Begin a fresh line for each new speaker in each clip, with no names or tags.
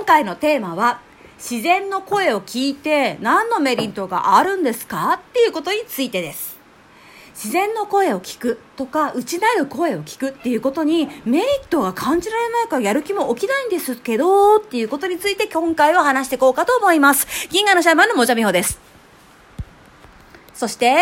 今回のテーマは自然の声を聞いて何のメリットがあるんですかっていうことについてです。自然の声を聞くとか内なる声を聞くっていうことにメリットが感じられないからやる気も起きないんですけどっていうことについて今回は話していこうかと思います。銀河のシャーマンのもじゃみほです。そして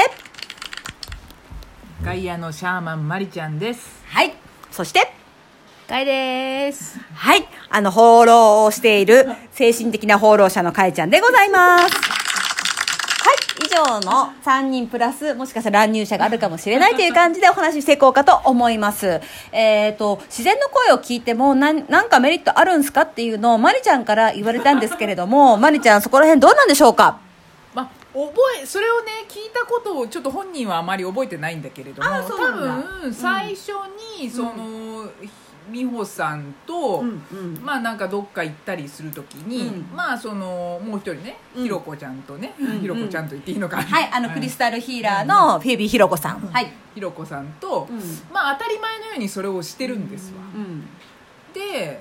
ガイアのシャーマンまりちゃんです。
はい、そして
かいです。
はい、放浪をしている精神的な放浪者のかいちゃんでございます。はい、以上の3人プラスもしかしたら乱入者があるかもしれないという感じでお話ししていこうかと思います。自然の声を聞いてもなんかメリットあるんですかっていうのをまりちゃんから言われたんですけれども、まりちゃんそこら辺どうなんでしょうか。
それをね聞いたことをちょっと本人はあまり覚えてないんだけれども、多分最初に美穂さんと、まあなんかどっか行ったりするときに、まあもう一人ね、ひろこちゃんとね、ひろこちゃんと言っていいのか、
はい、クリスタルヒーラーのフィービーひろこさん、はい、
ひろこさんと、まあ当たり前のようにそれをしてるんですわ。で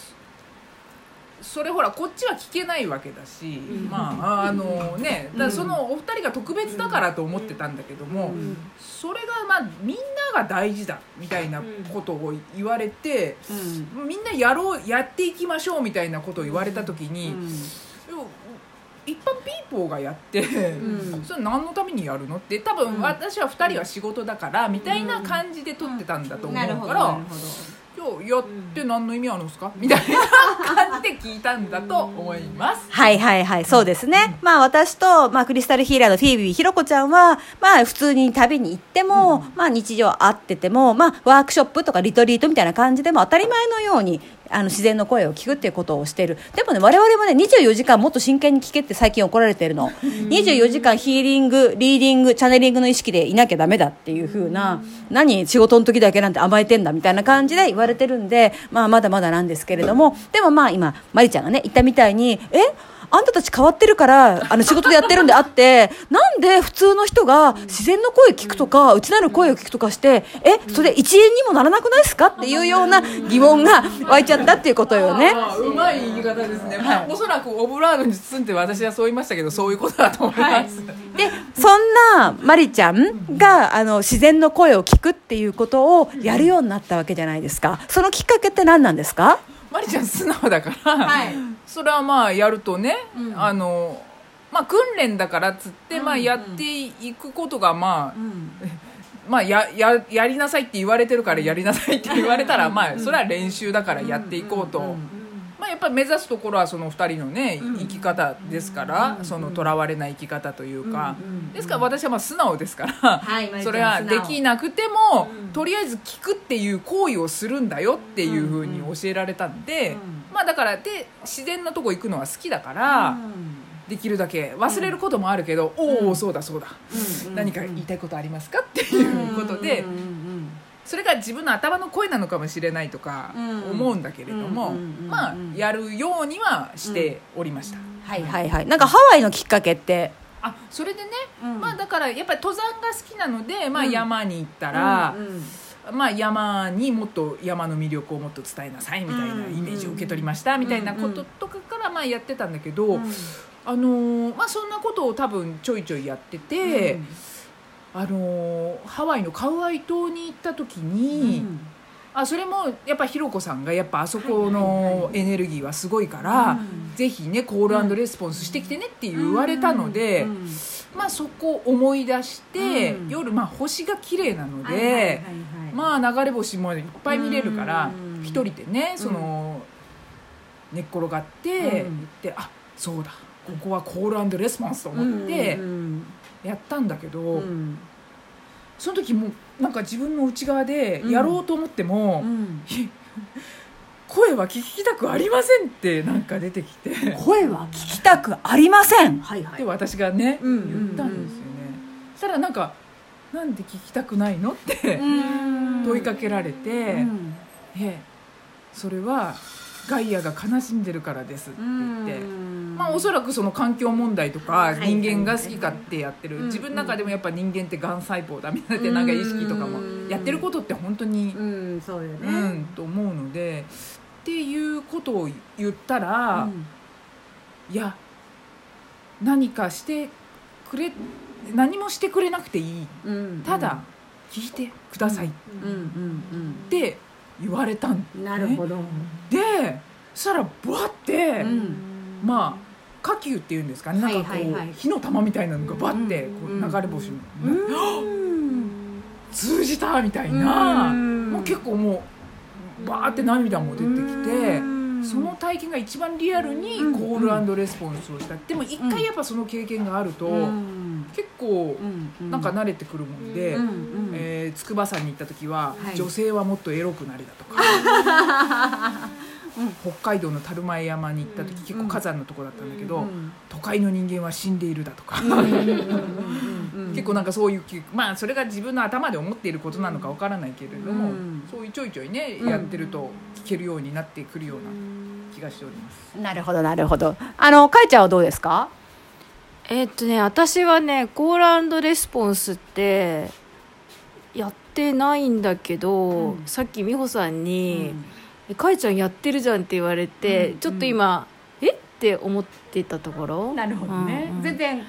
それほらこっちは聞けないわけだし、まあね、だからそのお二人が特別だからと思ってたんだけども、それがまあみんなが大事だみたいなことを言われて、みんなやっていきましょうみたいなことを言われた時に、一般ピーポーがやって、それ何のためにやるのって多分私は2人は仕事だからみたいな感じで撮ってたんだと思うから、やって何の意味あるんですかみたいな感じで聞いたんだと思います。
はいはいはい、そうですね。まあ私と、クリスタルヒーラーのフィービーひろこちゃんは、まあ普通に旅に行っても、まあ日常会ってても、まあワークショップとかリトリートみたいな感じでも当たり前のように自然の声を聞くっていうことをしている。でもね、我々もね、24時間もっと真剣に聞けって最近怒られてるの。24時間ヒーリング、リーディング、チャネリングの意識でいなきゃダメだっていう風な、何仕事の時だけなんて甘えてんだみたいな感じで言われてるんで、まあまだまだなんですけれども、でもまあ今まりちゃんがね言ったみたいに、あんたたち変わってるから仕事でやってるんであって、なんで普通の人が自然の声聞くとか内なる声を聞くとかしてそれ1円にもならなくないですかっていうような疑問が湧いちゃったっていうことよね。
うまい言い方ですね。おそらくオブラートに包んで私はそう言いましたけど、そういうことだと思います。
でそんなまりちゃんが自然の声を聞くっていうことをやるようになったわけじゃないですか。そのきっかけって何なんですか。
まりちゃん素直だから、それはまあやるとね、まあ訓練だからっつって、まあやっていくことがまあやりなさいって言われてるからやりなさいって言われたら、まあそれは練習だからやっていこうと、まあやっぱり目指すところはその2人のね生き方ですから、そのとらわれない生き方というか、ですから私はまあ素直ですから、それはできなくてもとりあえず聞くっていう行為をするんだよっていうふうに教えられたんで、まあだから自然なとこ行くのは好きだから、できるだけ忘れることもあるけど、おおそうだそうだ、何か言いたいことありますかっていうことで、それが自分の頭の声なのかもしれないとか思うんだけれども、まあやるようにはしておりました。
はいはいはい。なんかハワイのきっかけって
それでね、まあだからやっぱり登山が好きなので、まあ山に行ったら、まあ山にもっと山の魅力をもっと伝えなさいみたいなイメージを受け取りましたみたいなこととかからまあやってたんだけど、まあそんなことを多分ちょいちょいやってて、ハワイのカウアイ島に行った時に、それもやっぱひろこさんがやっぱあそこのエネルギーはすごいから、ぜひねコール&レスポンスしてきてねって言われたので、まあそこ思い出して、夜まあ星が綺麗なので、まあ流れ星もいっぱい見れるから一人でね寝っ転がって行って、そうだここはコール&レスポンスと思ってやったんだけど、その時もうなんか自分の内側でやろうと思っても、声は聞きたくありませんってなんか出てきて、
声は聞きたくありません、
で私がね、言ったんですよね。そしたらなんかなんで聞きたくないのって問いかけられて、それはガイアが悲しんでるからですって言って、まあおそらくその環境問題とか人間が好き勝手やってる、自分の中でもやっぱ人間ってがん細胞だみたいな、なんか意識とかもやってることって本当に
そうよね、
と思うのでっっていうことを言ったら、いや何かしてくれ、何もしてくれなくていい、ただ聞いてくださいって言われたんだ、ね、
なるほど。
でそしたらブワッて、まあ火球っていうんですかね、なんかこう、火の玉みたいなのがバッてこう流れ星に通じたみたいな、もう結構もうバーって涙も出てきて、その体験が一番リアルにコール&レスポンスをした。でも一回やっぱその経験があると結構なんか慣れてくるもんで、筑波山に行った時は、女性はもっとエロくなれだとか北海道の樽前山に行った時、結構火山のとこだったんだけど、都会の人間は死んでいるだとか結構なんかそういう、まあそれが自分の頭で思っていることなのかわからないけれども、そういうちょいちょいねやってると聞けるようになってくるような気がしております。
なるほどなるほど。かえちゃんはどうですか？
私はねコール&レスポンスってやってないんだけど、さっき美穂さんに、かえちゃんやってるじゃんって言われて、ちょっと今って思ってたところ。
なるほどね、全然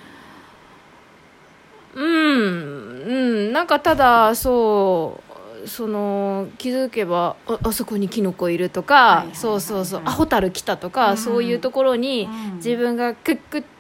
なんかただその気づけば あそこにキノコいるとか、そうホタル来たとか、そういうところに自分がクックって、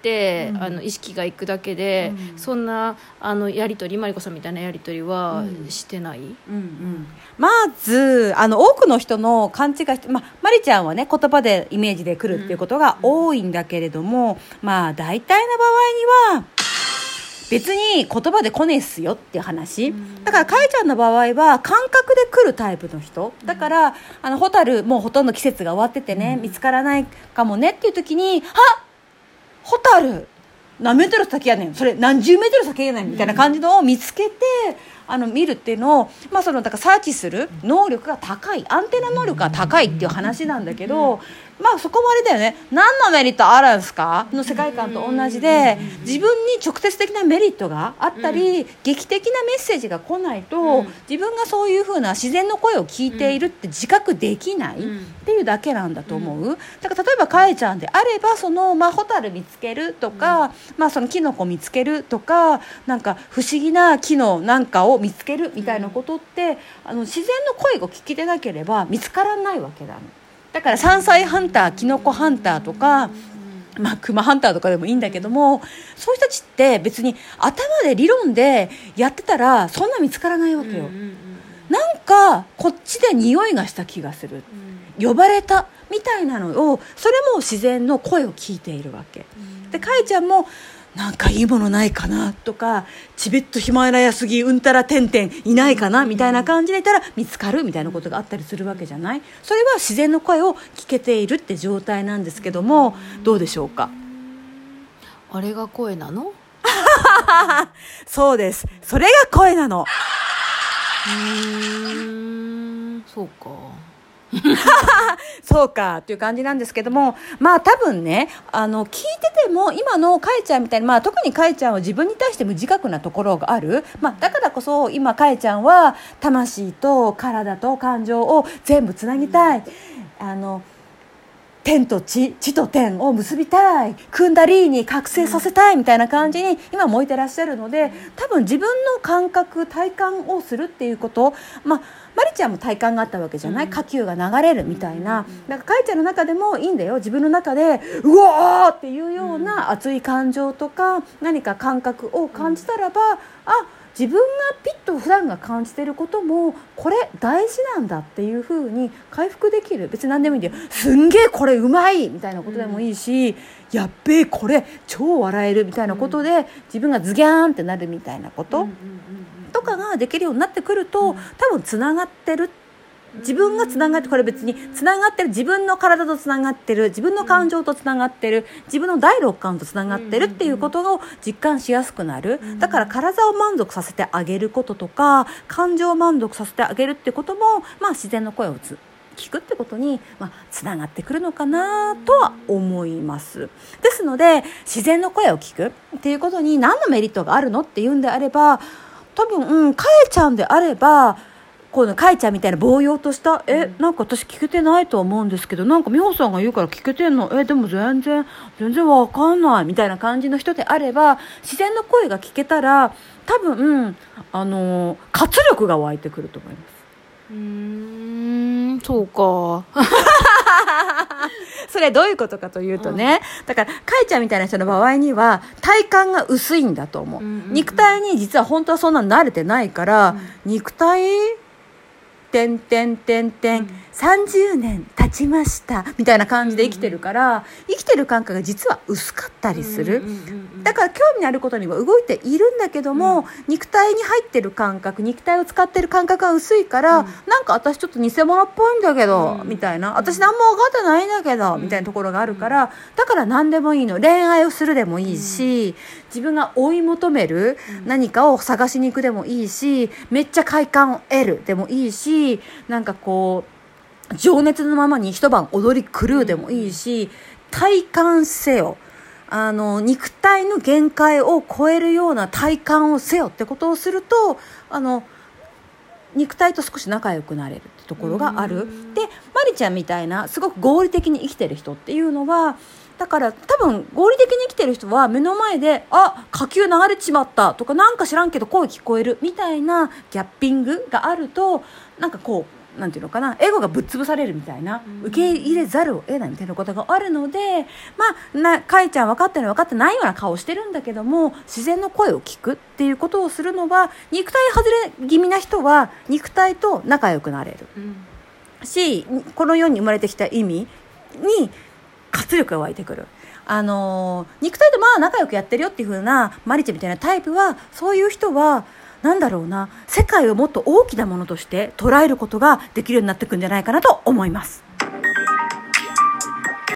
意識がいくだけで、そんなやり取り、マリコさんみたいなやり取りはしてない、
まず多くの人の勘違いして、マリちゃんはね言葉でイメージで来るっていうことが多いんだけれども、大体の場合には別に言葉で来ねえっすよっていう話だから、かえちゃんの場合は感覚で来るタイプの人だから、ホタルもうほとんど季節が終わっててね、見つからないかもねっていう時に、ホタル何メートル先やねん、それ何十メートル先やねんみたいな感じのを見つけて見るっていうのを、だからサーチする能力が高い、アンテナ能力が高いっていう話なんだけど、そこもあれだよね、何のメリットあるんすかの世界観と同じで、自分に直接的なメリットがあったり、劇的なメッセージが来ないと、自分がそういう風な自然の声を聞いているって自覚できないっていうだけなんだと思う。だから例えばかえちゃんであれば、ホタル見つけるとか、そのキノコ見つけるとか、なんか不思議な木のなんかを見つけるみたいなことって、自然の声を聞きでなければ見つからないわけだ。だから山菜ハンター、キノコハンターとか、クマハンターとかでもいいんだけども、そういう人たちって別に頭で理論でやってたらそんな見つからないわけよ。なんかこっちで匂いがした気がする、呼ばれたみたいなのを、それも自然の声を聞いているわけで、かえちゃんもなんかいいものないかなとか、チベットヒマラヤスギうんたらてんてんいないかなみたいな感じでいたら見つかるみたいなことがあったりするわけじゃない。それは自然の声を聞けているって状態なんですけども、どうでしょうか。
あれが声なの？
そうです、それが声なの。
そうか
そうかっていう感じなんですけども、多分ね、聞いてても今のかえちゃんみたいに、特にかえちゃんは自分に対して無自覚なところがある、だからこそ今かえちゃんは魂と体と感情を全部つなぎたい、天と地、地と天を結びたい、クンダリーに覚醒させたいみたいな感じに今燃えてらっしゃるので、多分自分の感覚、体感をするっていうこと、マリちゃんも体感があったわけじゃない、火球が流れるみたいな、なんかかえちゃんの中でもいいんだよ、自分の中でうわーっていうような熱い感情とか何か感覚を感じたらば、自分がピッと普段が感じていることもこれ大事なんだっていう風に回復できる。別に何でもいいんだよ、すんげえこれうまいみたいなことでもいいし、やっべえこれ超笑えるみたいなことで自分がズギャーンってなるみたいなこととかができるようになってくると、多分つながってる、自分がつながって、これ別につながってる、自分の体とつながってる、自分の感情とつながってる、自分の第六感とつながってるっていうことを実感しやすくなる。だから体を満足させてあげることとか、感情を満足させてあげるってことも、自然の声を聞くってことに、つながってくるのかなとは思います。ですので自然の声を聞くっていうことに何のメリットがあるのっていうんであれば、多分、かえちゃんであればこのかいちゃんみたいなぼうようとしたなんか私聞けてないと思うんですけど、なんか美穂さんが言うから聞けてんの、でも全然わかんないみたいな感じの人であれば、自然の声が聞けたら多分活力が湧いてくると思います。
そうか
それどういうことかというとね、だからかいちゃんみたいな人の場合には体感が薄いんだと思う、肉体に実は本当はそんな慣れてないから、肉体30年経ちましたみたいな感じで生きてるから、生きてる感覚が実は薄かったりする。だから興味のあることには動いているんだけども、肉体に入ってる感覚、肉体を使ってる感覚が薄いから、なんか私ちょっと偽物っぽいんだけど、みたいな、私何も分かってないんだけど、みたいなところがあるから、だから何でもいいの。恋愛をするでもいいし、自分が追い求める何かを探しに行くでもいいし、めっちゃ快感を得るでもいいし、なんかこう情熱のままに一晩踊り狂うでもいいし、体感せよ、肉体の限界を超えるような体感をせよってことをすると、肉体と少し仲良くなれるってところがある。でまりちゃんみたいなすごく合理的に生きてる人っていうのは、だから多分合理的に生きてる人は目の前で火球流れちまったとか、なんか知らんけど声聞こえるみたいなギャッピングがあると、なんかこうなんていうのかな、エゴがぶっ潰されるみたいな、受け入れざるを得ないみたいなことがあるので、かいちゃん分かってる分かってないような顔してるんだけども、自然の声を聞くっていうことをするのは、肉体外れ気味な人は肉体と仲良くなれる、し、この世に生まれてきた意味に活力が湧いてくる。肉体と仲良くやってるよっていう風なマリチェみたいなタイプは、そういう人はなんだろうな、世界をもっと大きなものとして捉えることができるようになってくるんじゃないかなと思います。